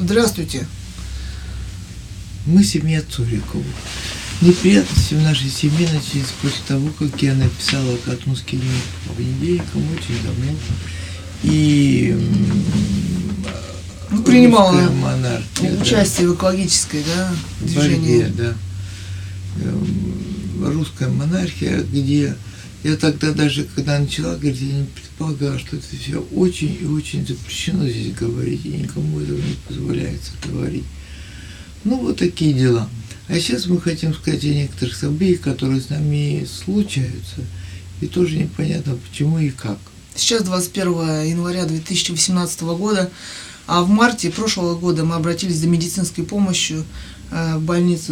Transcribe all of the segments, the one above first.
Здравствуйте. Мы семья Цуриковых. Неприятности в нашей семье начались после того, как я написала Катунский дневник по понедельникам очень давно. И принимала монархия, участие в экологической, движении. Борьбе, русская монархия, где я тогда даже, когда начала говорить, я не предполагала, что это все очень и очень запрещено здесь говорить, и никому этого не позволяется говорить. Ну, вот такие дела. А сейчас мы хотим сказать о некоторых событиях, которые с нами случаются, и тоже непонятно почему и как. Сейчас 21 января 2018 года, а в марте прошлого года мы обратились за медицинской помощью в больницу,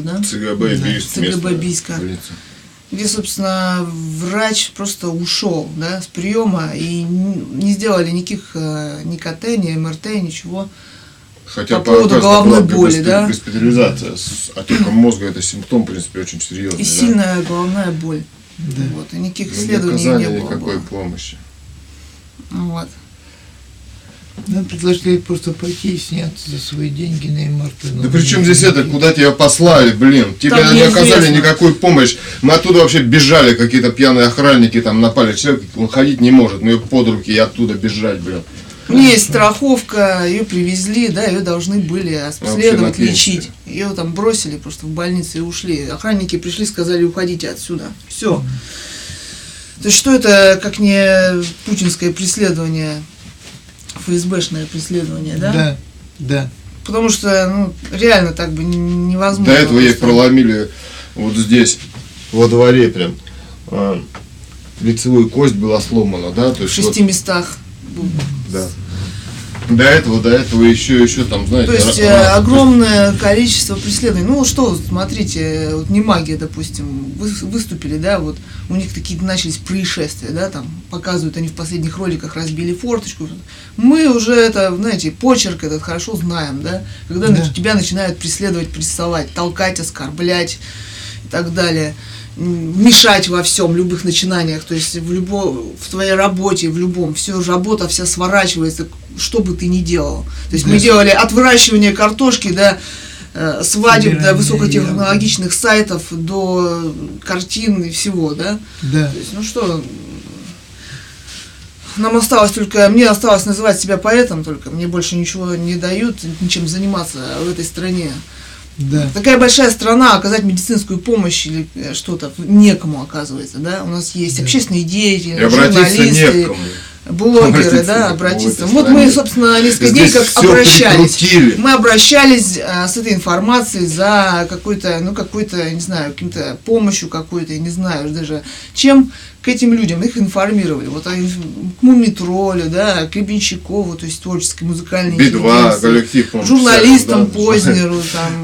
ЦГБ Бийска, где, собственно, врач просто ушел, с приема и не сделали никаких ни КТ, ни МРТ, ничего. Хотя по поводу головной боли, госпитализация с отеком мозга — это симптом, в принципе, очень серьезный. И сильная головная боль. Да. Вот, и никаких исследований не было. Никакой помощи. Вот. Нам предложили просто пойти и сняться за свои деньги на МРТ. Да при чем здесь это? Куда тебя послали, блин? Тебе не оказали никакую помощь. Мы оттуда вообще бежали, какие-то пьяные охранники там напали. Человек, он ходить не может, мы ее под руки и оттуда бежать, блин. У нее есть страховка, ее привезли, ее должны были обследовать, лечить. Ее там бросили просто в больницу и ушли. Охранники пришли, сказали, уходите отсюда. Все. То есть что это, как не путинское преследование, ФСБшное преследование, да? Да. Потому что, реально так бы невозможно. До этого ей проломили вот здесь, во дворе прям. Лицевую кость была сломана, да? То есть в 6 местах. Да. До этого еще там, знаете... То есть огромное количество преследований. Ну что, смотрите, вот не магия, допустим, выступили, вот у них такие начались происшествия, там показывают, они в последних роликах разбили форточку. Мы уже это, знаете, почерк этот хорошо знаем, когда тебя начинают преследовать, прессовать, толкать, оскорблять и так далее. Мешать во всем, в любых начинаниях, то есть в твоей работе, в любом, работа вся сворачивается, что бы ты ни делал. То есть мы делали от выращивания картошки до свадеб, до высокотехнологичных сайтов, до картин и всего, Да. То есть, мне осталось называть себя поэтом, только мне больше ничего не дают, ничем заниматься в этой стране. Да. Такая большая страна, оказать медицинскую помощь или что-то некому, оказывается, У нас есть общественные деятели, журналисты, блогеры, обратиться. Вот мы, собственно, несколько дней как обращались. Мы обращались с этой информацией за какой-то, не знаю, каким-то помощью какой-то, я не знаю даже чем, к этим людям, их информировали. Вот к Мумитролю, к Гребенщикову, то есть творческой музыкальной Би-2, коллектив, журналистам Познеру,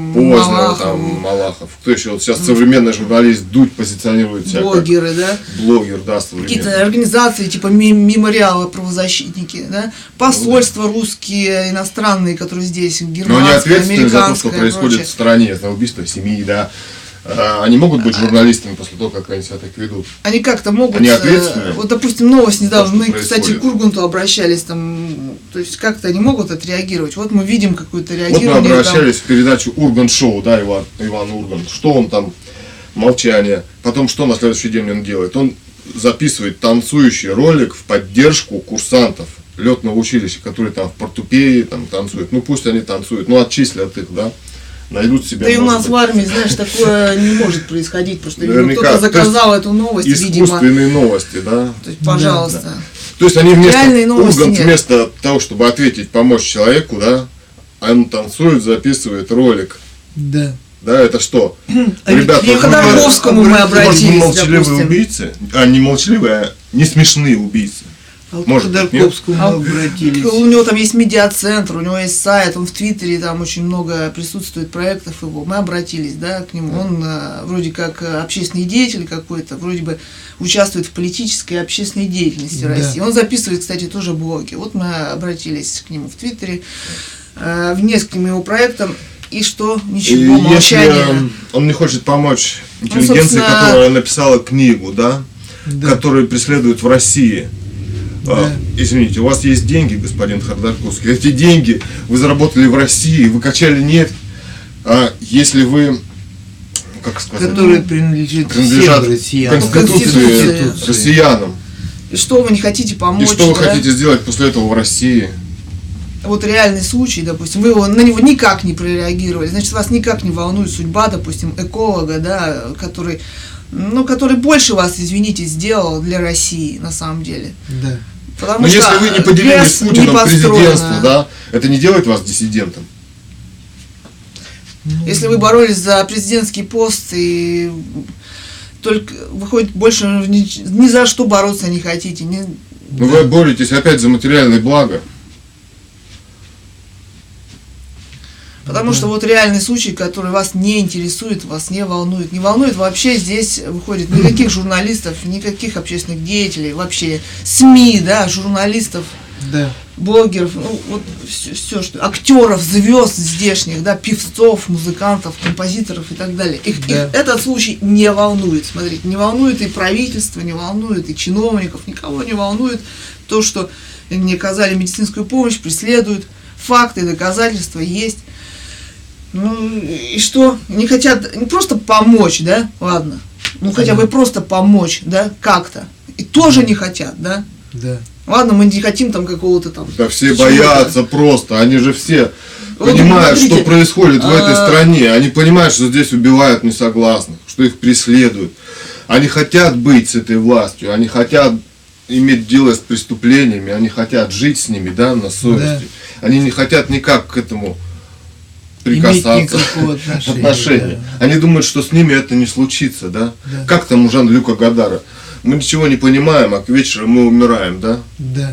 Малахов. Кто еще? Вот сейчас современный журналист Дудь позиционирует себя блогеры, блогер, современный. Какие-то организации, типа мемориалы, правозащитники, посольства русские, иностранные, которые здесь, германское, но они ответственны за то, что происходит прочее. в стране, за убийство семьи, Они могут быть журналистами после того, как они себя так ведут? Они как-то могут... Они ответственны? Вот, допустим, новость недавно. Мы, происходит? кстати, к Урганту обращались, то есть как-то они могут отреагировать. Вот мы видим какое-то реагирование. Вот мы обращались в передачу Ургант Шоу, Иван Ургант. Что он там? Молчание. Потом что на следующий день он делает? Он записывает танцующий ролик в поддержку курсантов летного училища, которые там в портупее танцуют. Пусть они танцуют, отчислят их, найдут себя. Да и у нас в армии, знаешь, такое не может происходить, потому что кто-то заказал эту новость, видимо. Искусственные новости, То есть, пожалуйста. Да. То есть они вместо того, чтобы ответить, помочь человеку, он танцует, записывает ролик. Да. Это что? Ребята, к Ходорковскому мы обратились, молчаливые убийцы, не молчаливые, а не смешные убийцы. К Ходорковскому мы обратились. У него там есть медиацентр, у него есть сайт, он в Твиттере, там очень много присутствует проектов его. Мы обратились, к нему. Он вроде как общественный деятель какой-то, вроде бы участвует в политической и общественной деятельности России. Он записывает, кстати, тоже блоги. Вот мы обратились к нему в Твиттере, в нескольким его проектам. И что? Ничего, молчание. Если он не хочет помочь интеллигенции, которая написала книгу, которую преследуют в России. Извините, у вас есть деньги, господин Ходорковский. Эти деньги вы заработали в России, вы качали нефть. А если вы, как сказать, Которые принадлежат принадлежат всем россиянам. Конституции, россиянам. И что вы не хотите помочь? И что вы да? хотите сделать после этого в России? Вот реальный случай, допустим, вы на него никак не прореагировали, значит, вас никак не волнует судьба, допустим, эколога, да, который больше вас, извините, сделал для России, на самом деле. Да. Потому Но что если вы не поделили лес с Путиным не построено. президентство, да, это не делает вас диссидентом? Если вы боролись за президентский пост и только выходит больше ни за что бороться не хотите. Но вы боретесь опять за материальные блага. Потому что вот реальный случай, который вас не интересует, вас не волнует. Не волнует вообще здесь, выходит, никаких журналистов, никаких общественных деятелей, вообще СМИ, да, журналистов, Да. блогеров, ну вот все, что актеров, звезд здешних, да, певцов, музыкантов, композиторов и так далее. Их этот случай не волнует. Смотрите, не волнует и правительство, не волнует и чиновников, никого не волнует то, что не оказали медицинскую помощь, преследуют, факты, доказательства есть. Ну и что? Не хотят не просто помочь, да? Ладно. Ну хотя бы просто помочь, да, как-то. И тоже не хотят, да? Да. Ладно, мы не хотим там какого-то там... Да все чего-то. боятся просто, они же все Вот понимают, смотрите, что происходит в этой стране. Они понимают, что здесь убивают несогласных, что их преследуют. Они хотят быть с этой властью, они хотят иметь дело с преступлениями, они хотят жить с ними, да, на совести. Да. Они не хотят никак к этому прикасаться, отношения. Да. Они думают, что с ними это не случится, да? Да. Как там у Жан-Люка Годара? Мы ничего не понимаем, а к вечеру мы умираем, да? Да.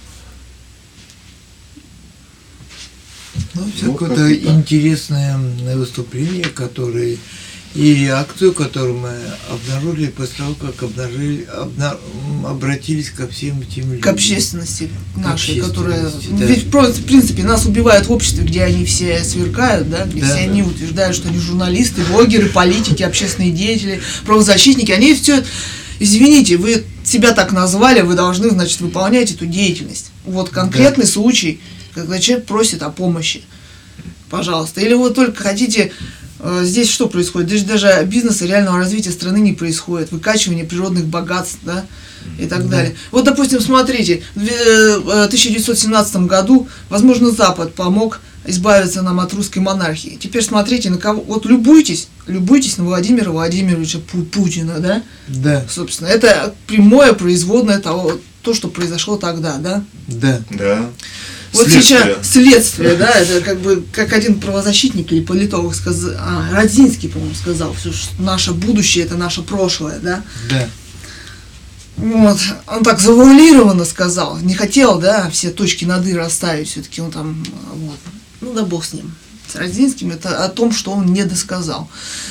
Ну, все какое-то интересное выступление, которое и реакцию, которую мы обнаружили после того, как обратились ко всем этим людям. К общественности нашей, которая... Да. Ведь, в принципе, нас убивают в обществе, где они все сверкают, да, где все они утверждают, что они журналисты, блогеры, политики, общественные деятели, правозащитники, они все... Извините, вы себя так назвали, вы должны, значит, выполнять эту деятельность. Вот конкретный случай, когда человек просит о помощи. Пожалуйста. Или вы только хотите... Здесь что происходит? Здесь даже бизнеса реального развития страны не происходит. Выкачивание природных богатств, да, и так далее. Вот, допустим, смотрите, в 1917 году, возможно, Запад помог избавиться нам от русской монархии. Теперь смотрите, на кого... Вот любуйтесь на Владимира Владимировича Путина, да? Да. Собственно, это прямое производное того, то, что произошло тогда, да? Да. Да. Вот сейчас следствие, да, это как бы, как один правозащитник или политолог сказал, Родзинский, по-моему, сказал, все, что наше будущее, это наше прошлое, да? Да. Вот, он так завуалированно сказал, не хотел, да, все точки над «и» расставить, все-таки он там, вот, ну да бог с ним. С Родзинским это о том, что он не досказал.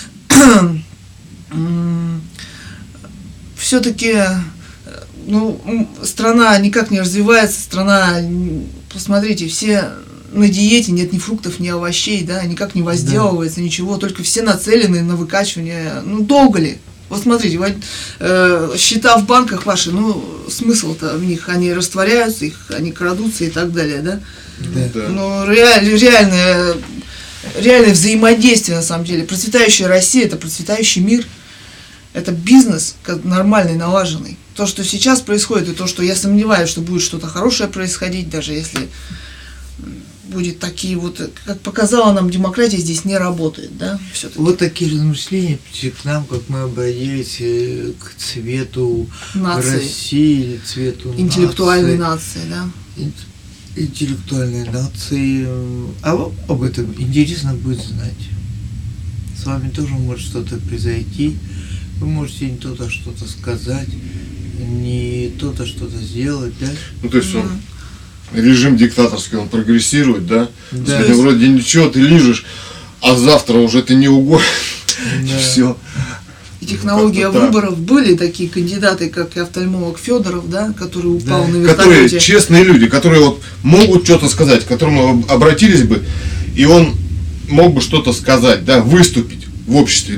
Все-таки, ну, страна никак не развивается, страна... Посмотрите, все на диете, нет ни фруктов, ни овощей, да, никак не возделывается, ничего, только все нацелены на выкачивание. Ну, долго ли? Вот смотрите, счета в банках ваши, ну, смысл-то в них, они растворяются, они крадутся и так далее, да? Да. Ну, реальное взаимодействие, на самом деле. Процветающая Россия – это процветающий мир, это бизнес нормальный, налаженный. То, что сейчас происходит, и то, что я сомневаюсь, что будет что-то хорошее происходить, даже если будет такие вот, как показала нам демократия, здесь не работает, да? Все-таки. Вот такие размышления пришли к нам, как мы обратились к цвету нации. России, цвету интеллектуальной нации, да? Интеллектуальной нации. А вам об этом интересно будет знать. С вами тоже может что-то произойти. Вы можете не то-то что-то сказать, не то-то что-то сделать, да? Ну, то есть режим диктаторский, он прогрессирует, да? Да. Сегодня вроде ничего, ты лижешь, а завтра уже ты не угоден. Да. Все. И технология выборов были такие кандидаты, как и офтальмолог Федоров, да, который упал на вертолете. Которые честные люди, которые вот могут что-то сказать, к которому обратились бы, и он мог бы что-то сказать, да, выступить в обществе, да.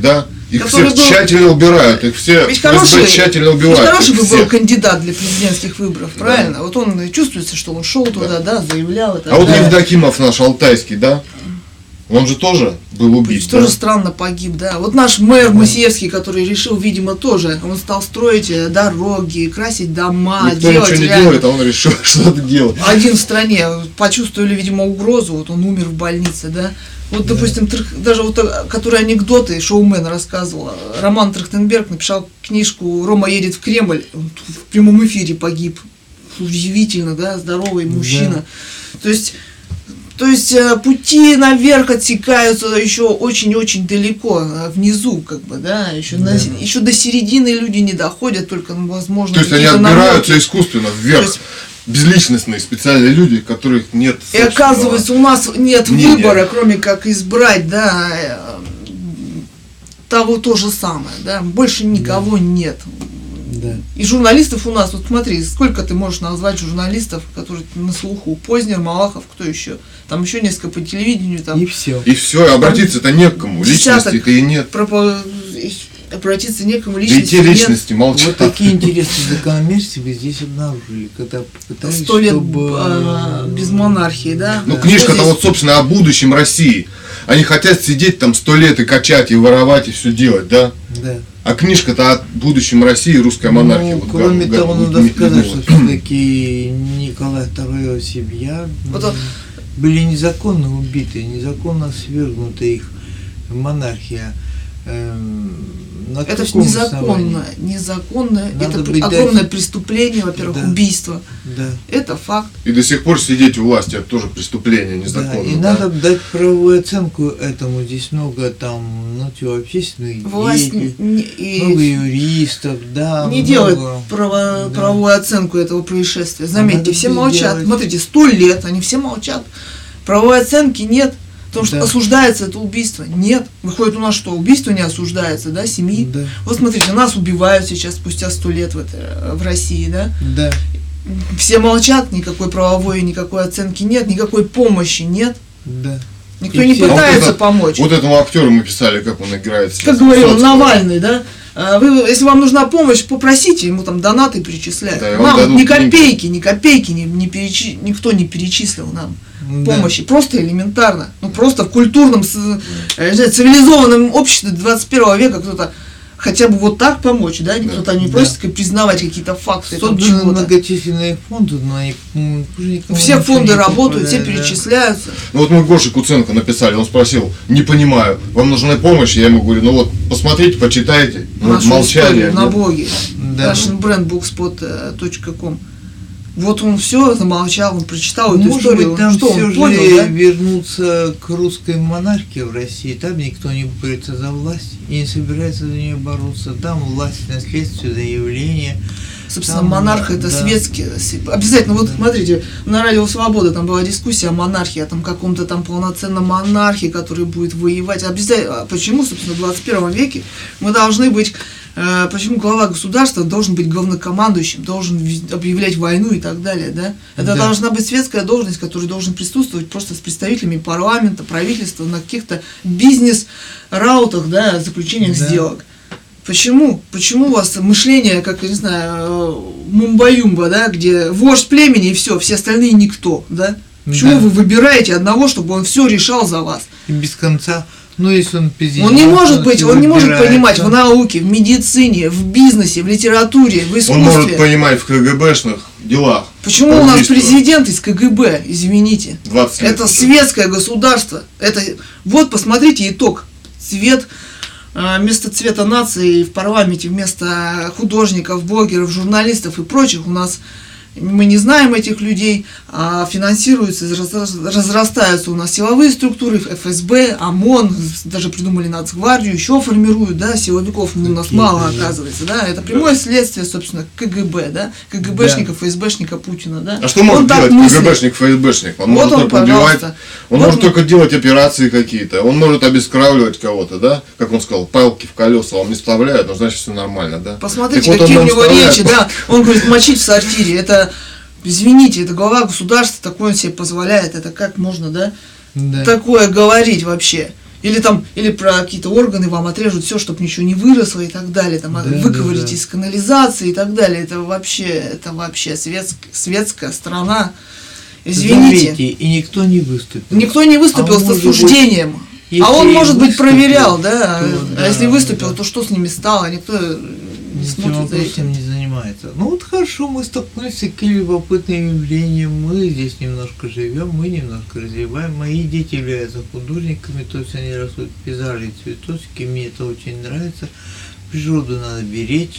Их который всех был- тщательно убирают, их все Ведь ФСБ хороший, тщательно ведь убивают. хороший их бы был всех. кандидат для президентских выборов, правильно? Вот он чувствуется, что он шел туда, да, заявлял это. А вот Евдокимов наш алтайский, да? Он же тоже был убит, Тоже да? странно погиб, да. Вот наш мэр Мусиевский, который решил, видимо, тоже, он стал строить дороги, красить дома, Никто делать ничего не реально. делает, а он решил что-то делать. Один в стране, почувствовали, видимо, угрозу, вот он умер в больнице, да. Вот, допустим, даже вот которые анекдоты шоумен рассказывал. Роман Трахтенберг написал книжку «Рома едет в Кремль», он в прямом эфире погиб. Удивительно, да, здоровый мужчина. То есть пути наверх отсекаются еще очень-очень далеко, внизу, как бы, да, еще, еще до середины люди не доходят, только, возможно, То есть они какие-то отбираются намёки. искусственно То вверх. есть- Безличностные специальные люди, которых нет. И оказывается, у нас нет мнения. выбора, кроме как избрать, да, того то же самое, да, больше никого нет. Да. И журналистов у нас, вот смотри, сколько ты можешь назвать журналистов, которые на слуху? Познер, Малахов, кто еще? Там еще несколько по телевидению, там И все. И все, обратиться-то не к кому. десяток Личности-то и нет. обратиться некому, Да и личности те нет. личности молчат. Вот такие интересные закономерности вы здесь обнаружили, когда попытались, 100 лет чтобы... без монархии, да? Ну, Что книжка-то здесь? вот, собственно, о будущем России. Они хотят сидеть там 100 лет и качать, и воровать, и все делать, да? Да. А книжка-то о будущем России и русской монархии. Ну, Вот кроме Га- того, Га- надо Га- сказать, что Гудмила. все-таки Николай II и семья Вот он- были незаконно убиты, незаконно свергнута их монархия. На Это ж каком незаконно, основании? незаконно, Надо это быть огромное дать- преступление, во-первых, Да. убийство. Да. Это факт. И до сих пор сидеть у власти, это тоже преступление Да, незаконное. и надо дать правовую оценку этому. Здесь много там, ну, чего, общественных Власть деятелей, много юристов, да. не много. делает Да. правовую оценку этого происшествия. Заметьте, надо все бы молчат. сделать. Смотрите, 100 лет, они все молчат. Правовой оценки нет. Потому что Да. осуждается это убийство. Нет. Выходит, у нас что, убийство не осуждается, да, семьи? Да. Вот смотрите, нас убивают сейчас спустя 100 лет в России, да? Да. Все молчат, никакой правовой, никакой оценки нет, никакой помощи нет. Да. Никто И не все- пытается А вот помочь. Вот этому актеру мы писали, как он играет сейчас. Как говорил Высоцкого. Навальный, да? Вы, если вам нужна помощь, попросите, ему там донаты перечисляют. Да, и вам нам дадут ни деньги. копейки никто не перечислил нам Да. помощи. Просто элементарно. Ну просто в культурном, цивилизованном обществе 21 века кто-то хотя бы вот так помочь, да? Кто-то не Да. просит признавать какие-то факты. там, Созданы чего-то. многочисленные фонды, но они никому Все ничего фонды не работают, все попадает, да. перечисляются. Ну вот мы Гоше Куценко написали, он спросил, не понимаю, вам нужна помощь? Я ему говорю, ну вот, посмотрите, почитайте. Ну, Нашу молчание. историю на нет. блоге. Да. russianbrandbookspot.com. Вот он все замолчал, он прочитал эту Может историю. быть, там Что все он же понял, да? вернуться к русской монархии в России. Там никто не борется за власть и не собирается за нее бороться. Там власть, наследство, заявление. Собственно, Там, монарх это да. светский. Обязательно, вот смотрите, на Радио Свобода там была дискуссия о монархии, о том каком-то там полноценном монархе, который будет воевать. Обязательно. А почему, собственно, в 21 веке мы должны быть, почему глава государства должен быть главнокомандующим, должен объявлять войну и так далее, да? Это Да. должна быть светская должность, которая должен присутствовать просто с представителями парламента, правительства на каких-то бизнес-раутах, да, заключениях Да. сделок. Почему? Почему у вас мышление, как, я не знаю, мумба-юмба, да, где вождь племени и все остальные никто, да? Почему Да. вы выбираете одного, чтобы он все решал за вас? И без конца. Ну, если он президент. Он не может быть, он не может выбирает, понимать да. в науке, в медицине, в бизнесе, в литературе, в Он искусстве. может понимать в КГБшных делах. Почему по у нас убийству. президент из КГБ, извините? 20 лет. Это светское государство. Это вот посмотрите итог. Цвет вместо цвета нации в парламенте, вместо художников, блогеров, журналистов и прочих у нас мы не знаем этих людей, а финансируются, разрастаются у нас силовые структуры, ФСБ, ОМОН, даже придумали нацгвардию, еще формируют, да, силовиков у нас Такие, мало да. оказывается, да, это прямое следствие, собственно, КГБ, да, КГБшника, ФСБшника Путина, да. А что может Он так делать мыслит. КГБшник, ФСБшник? Он Вот может он, только убивать, пожалуйста. он Вот может он. только делать операции какие-то, он может обескравливать кого-то, да? Как он сказал, палки в колеса вам не вставляют, ну значит все нормально, да? Посмотрите, Так вот какие он у нам него вставляет. речи, да. Он говорит, мочить в сортире. Это, извините, это глава государства, такое он себе позволяет. Это как можно, да, Да. такое говорить вообще? или про какие-то органы вам отрежут все, чтобы ничего не выросло и так далее, там, выковырите из канализации и так далее. Это вообще светская страна. Извините. Заметьте, и никто не выступил. Никто не выступил с осуждением. А он, может быть, проверял, да? А если выступил, то что с ними стало? Никто не смотрит за этим. Не занимается. Ну вот хорошо, мы столкнулись с таким любопытным явлением, мы здесь немножко живем, мы немножко развиваем, мои дети являются художниками, то есть они растут пейзажи и цветочки, мне это очень нравится, природу надо беречь.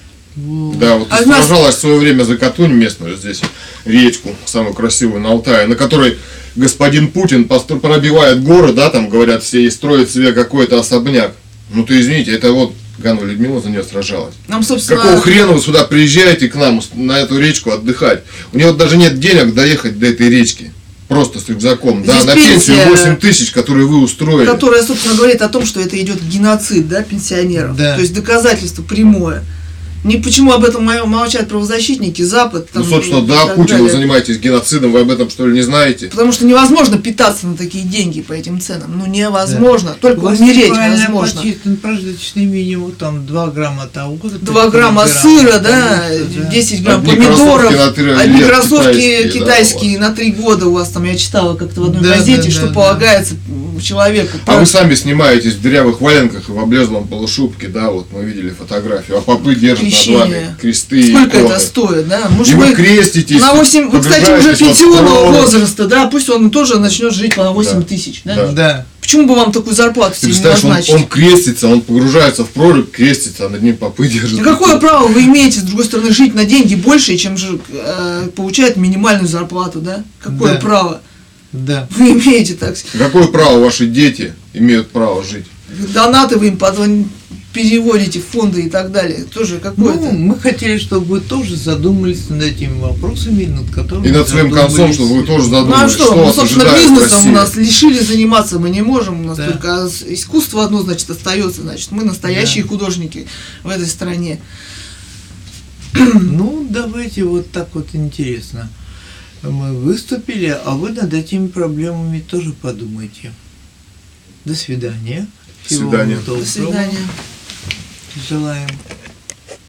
Вот. Да, вот ты сражалась в свое время за Катунь местную, здесь речку, самую красивую на Алтае, на которой господин Путин пробивает горы, да, там говорят все, и строит себе какой-то особняк. Ну ты извините, это вот Ганова Людмила за нее сражалась. Нам, собственно... Какого хрена вы сюда приезжаете к нам на эту речку отдыхать? У нее даже нет денег доехать до этой речки. Просто с рюкзаком. Здесь да, на пенсию 8 тысяч, которые вы устроили. Которая, собственно, говорит о том, что это идет геноцид, да, пенсионеров. Да. То есть доказательство прямое. Почему об этом молчат правозащитники, Запад? Там, ну, собственно, да, Путин, вы занимаетесь геноцидом, вы об этом что ли не знаете? Потому что невозможно питаться на такие деньги по этим ценам. Ну, невозможно. Да. Только умереть возможно. Прожиточный минимум, там 2 грамма того. 2 грамма сыра, да, 10 грамм помидоров. Одни кроссовки китайские на 3 года у вас там, я читала как-то в одной газете, что полагается человеку. А вы сами снимаетесь в дырявых валенках и в облезлом полушубке, да, вот мы видели фотографию, а попы держат над вами кресты. Сколько это стоит, да? Может, и вы креститесь. На 8, вы, кстати, уже пенсионного возраста, да, пусть он тоже начнет жить по 8 тысяч, да? Да. Почему бы вам такую зарплату себе не назначить? Он крестится, он погружается в прорубь, крестится, а над ним попы держат. Какое право вы имеете, с другой стороны, жить на деньги больше, чем же получает минимальную зарплату, да? Какое право? Да. Вы имеете так. Какое право ваши дети имеют право жить? Донаты вы им переводите в фонды и так далее. Тоже какое-то. Мы хотели, чтобы вы тоже задумались над этими вопросами, над которыми. И над своим концом, чтобы вы тоже задумались, ну а что мы, собственно, бизнесом Россия. У нас лишили заниматься, мы не можем, у нас только искусство одно, значит, остается, значит, мы настоящие художники в этой стране. Ну, давайте вот так вот интересно. Мы выступили, а вы над этими проблемами тоже подумайте. До свидания. До свидания. До свидания. Желаем.